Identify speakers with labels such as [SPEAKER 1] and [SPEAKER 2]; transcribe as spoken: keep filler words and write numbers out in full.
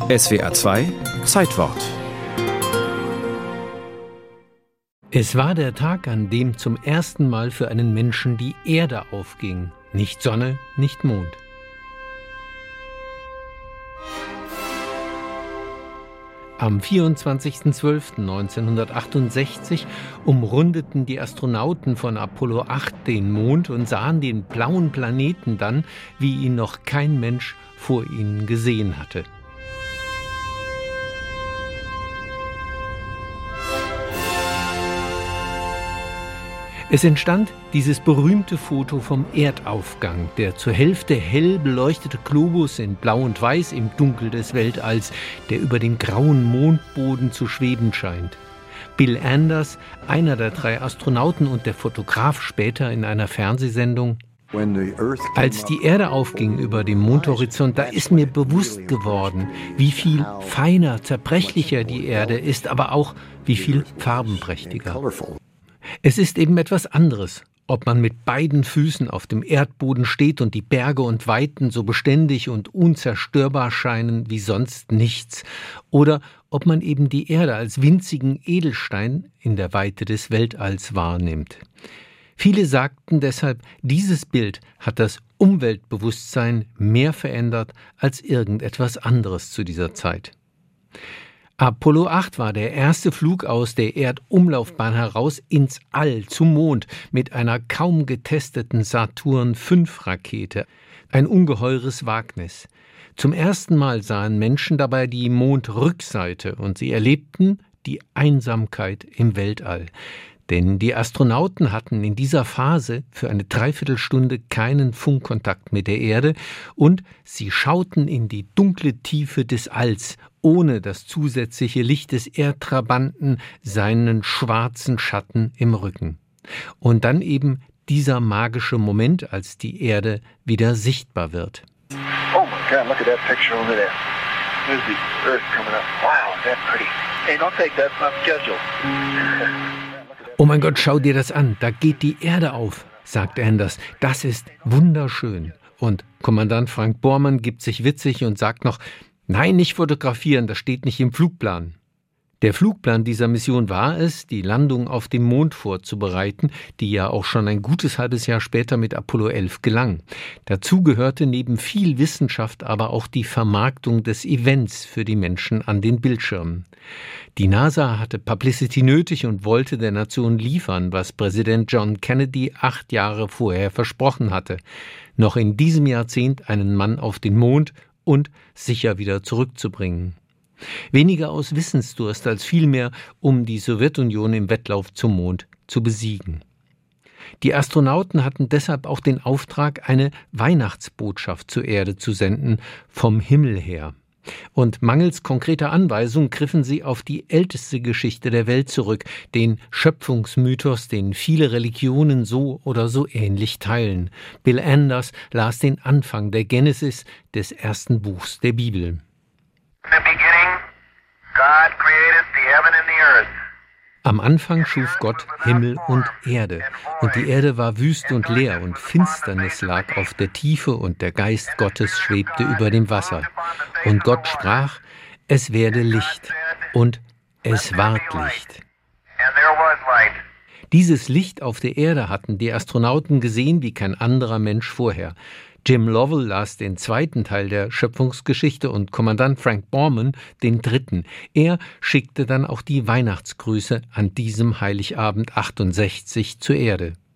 [SPEAKER 1] S W R zwei Zeitwort.
[SPEAKER 2] Es war der Tag, an dem zum ersten Mal für einen Menschen die Erde aufging. Nicht Sonne, nicht Mond. Am vierundzwanzigsten zwölften neunzehnhundertachtundsechzig umrundeten die Astronauten von Apollo acht den Mond und sahen den blauen Planeten dann, wie ihn noch kein Mensch vor ihnen gesehen hatte. Es entstand dieses berühmte Foto vom Erdaufgang, der zur Hälfte hell beleuchtete Globus in Blau und Weiß im Dunkel des Weltalls, der über dem grauen Mondboden zu schweben scheint. Bill Anders, einer der drei Astronauten und der Fotograf später in einer Fernsehsendung: Als die Erde aufging über dem Mondhorizont, da ist mir bewusst geworden, wie viel feiner, zerbrechlicher die Erde ist, aber auch wie viel farbenprächtiger. Es ist eben etwas anderes, ob man mit beiden Füßen auf dem Erdboden steht und die Berge und Weiten so beständig und unzerstörbar scheinen wie sonst nichts, oder ob man eben die Erde als winzigen Edelstein in der Weite des Weltalls wahrnimmt. Viele sagten deshalb, dieses Bild hat das Umweltbewusstsein mehr verändert als irgendetwas anderes zu dieser Zeit. Apollo acht war der erste Flug aus der Erdumlaufbahn heraus ins All zum Mond mit einer kaum getesteten Saturn fünf Rakete. Ein ungeheures Wagnis. Zum ersten Mal sahen Menschen dabei die Mondrückseite und sie erlebten die Einsamkeit im Weltall. Denn die Astronauten hatten in dieser Phase für eine Dreiviertelstunde keinen Funkkontakt mit der Erde und sie schauten in die dunkle Tiefe des Alls, ohne das zusätzliche Licht des Erdtrabanten seinen schwarzen Schatten im Rücken. Und dann eben dieser magische Moment, als die Erde wieder sichtbar wird.
[SPEAKER 3] Oh my God, look at that picture over there. There's the Earth coming up. Wow, is that pretty? Hey, don't take that, it's not scheduled.
[SPEAKER 2] Oh mein Gott, schau dir das an, da geht die Erde auf, sagt Anders. Das ist wunderschön. Und Kommandant Frank Borman gibt sich witzig und sagt noch: Nein, nicht fotografieren, das steht nicht im Flugplan. Der Flugplan dieser Mission war es, die Landung auf dem Mond vorzubereiten, die ja auch schon ein gutes halbes Jahr später mit Apollo elf gelang. Dazu gehörte neben viel Wissenschaft aber auch die Vermarktung des Events für die Menschen an den Bildschirmen. Die NASA hatte Publicity nötig und wollte der Nation liefern, was Präsident John Kennedy acht Jahre vorher versprochen hatte: Noch in diesem Jahrzehnt einen Mann auf den Mond und sicher wieder zurückzubringen. Weniger aus Wissensdurst als vielmehr, um die Sowjetunion im Wettlauf zum Mond zu besiegen. Die Astronauten hatten deshalb auch den Auftrag, eine Weihnachtsbotschaft zur Erde zu senden, vom Himmel her. Und mangels konkreter Anweisung griffen sie auf die älteste Geschichte der Welt zurück, den Schöpfungsmythos, den viele Religionen so oder so ähnlich teilen. Bill Anders las den Anfang der Genesis, des ersten Buchs der Bibel.
[SPEAKER 3] In the beginning, God created the heaven and the earth.
[SPEAKER 2] Am Anfang schuf Gott Himmel und Erde, und die Erde war wüst und leer, und Finsternis lag auf der Tiefe, und der Geist Gottes schwebte über dem Wasser. Und Gott sprach: Es werde Licht, und es ward Licht.
[SPEAKER 3] And there was light.
[SPEAKER 2] Dieses Licht auf der Erde hatten die Astronauten gesehen wie kein anderer Mensch vorher. Jim Lovell las den zweiten Teil der Schöpfungsgeschichte und Kommandant Frank Borman den dritten. Er schickte dann auch die Weihnachtsgrüße an diesem Heiligabend achtundsechzig zur Erde.